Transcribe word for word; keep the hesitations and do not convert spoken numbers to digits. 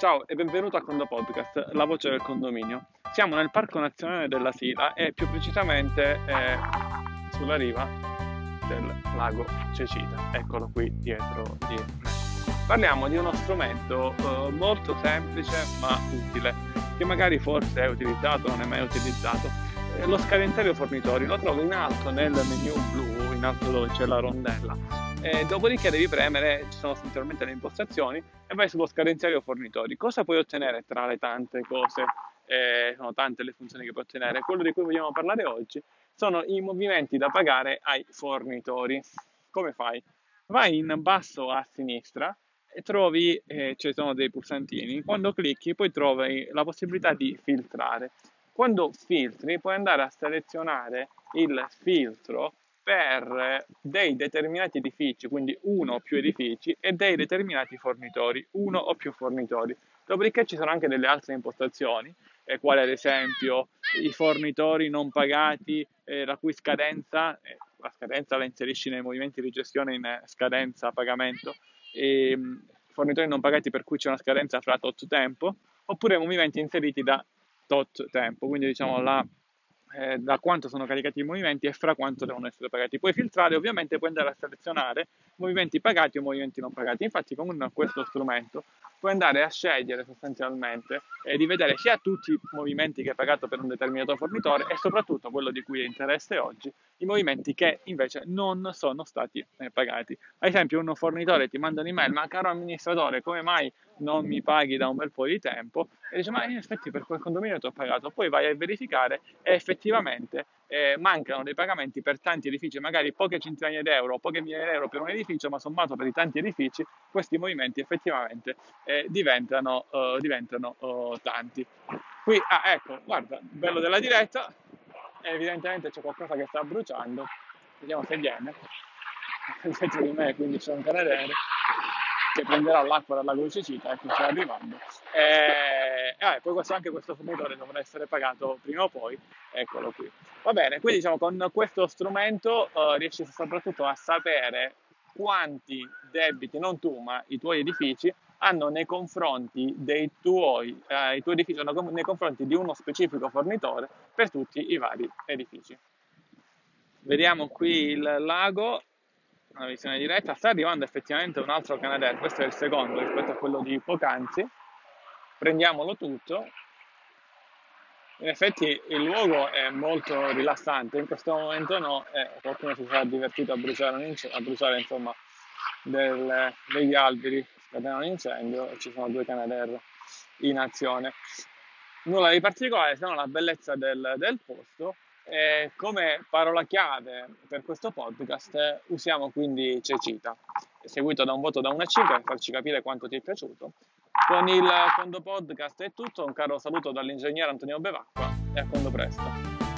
Ciao e benvenuto a Condo Podcast, la voce del condominio. Siamo nel Parco Nazionale della Sila e più precisamente eh, sulla riva del lago Cecina. Eccolo qui dietro di me. Parliamo di uno strumento eh, molto semplice ma utile, che magari forse è utilizzato o non è mai utilizzato. Eh, lo scadenzierio fornitori lo trovo in alto nel menu blu, in alto dove c'è la rondella. Eh, dopodiché devi premere, ci sono sostanzialmente le impostazioni e vai sullo scadenzierio fornitori. Cosa puoi ottenere tra le tante cose? Eh, sono tante le funzioni che puoi ottenere. Quello di cui vogliamo parlare oggi sono i movimenti da pagare ai fornitori. Come fai? Vai in basso a sinistra e trovi, eh, ci sono dei pulsantini. Quando clicchi poi trovi la possibilità di filtrare. Quando filtri puoi andare a selezionare il filtro per dei determinati edifici, quindi uno o più edifici, e dei determinati fornitori, uno o più fornitori. Dopodiché ci sono anche delle altre impostazioni, eh, quali ad esempio i fornitori non pagati, eh, la cui scadenza, eh, la scadenza la inserisci nei movimenti di gestione in eh, scadenza pagamento, e mh, fornitori non pagati per cui c'è una scadenza fra tot tempo, oppure movimenti inseriti da tot tempo, quindi diciamo la eh, da quanto sono caricati i movimenti e fra quanto devono essere pagati. Puoi filtrare, ovviamente puoi andare a selezionare movimenti pagati o movimenti non pagati. Infatti con questo strumento puoi andare a scegliere sostanzialmente e di vedere sia tutti i movimenti che hai pagato per un determinato fornitore e soprattutto quello di cui è interesse oggi, i movimenti che invece non sono stati eh, pagati. Ad esempio un fornitore ti manda un'email: ma caro amministratore, come mai non mi paghi da un bel po' di tempo? E dice: ma in effetti per quel condominio ti ho pagato. Poi vai a verificare e effettivamente eh, mancano dei pagamenti per tanti edifici, magari poche centinaia di euro, poche migliaia di euro per un edificio, ma sommato per i tanti edifici questi movimenti effettivamente eh, diventano, uh, diventano uh, tanti. Qui, ah ecco, guarda, bello della diretta, evidentemente c'è qualcosa che sta bruciando, vediamo se viene, dietro di me quindi c'è un canadair che prenderà l'acqua dalla Cecina, ecco, sta arrivando. E, e poi questo, anche questo fornitore dovrà essere pagato prima o poi, eccolo qui. Va bene, quindi diciamo con questo strumento uh, riesci soprattutto a sapere quanti debiti, non tu ma i tuoi edifici, hanno nei confronti dei tuoi, eh, i tuoi edifici hanno nei confronti di uno specifico fornitore per tutti i vari edifici. Vediamo qui il lago, una visione diretta, sta arrivando effettivamente un altro canadair, questo è il secondo rispetto a quello di poc'anzi. Prendiamolo tutto. In effetti il luogo è molto rilassante, in questo momento no, eh, qualcuno si sarà divertito a bruciare, un incendio, a bruciare insomma del, degli alberi, scatena un incendio e ci sono due canadair in azione. Nulla di particolare, se non la bellezza del, del posto. E come parola chiave per questo podcast eh, usiamo quindi Cecita, seguito da un voto da uno a cinque per farci capire quanto ti è piaciuto. Con il Condo Podcast è tutto, un caro saluto dall'ingegnere Antonio Bevacqua e a quando presto.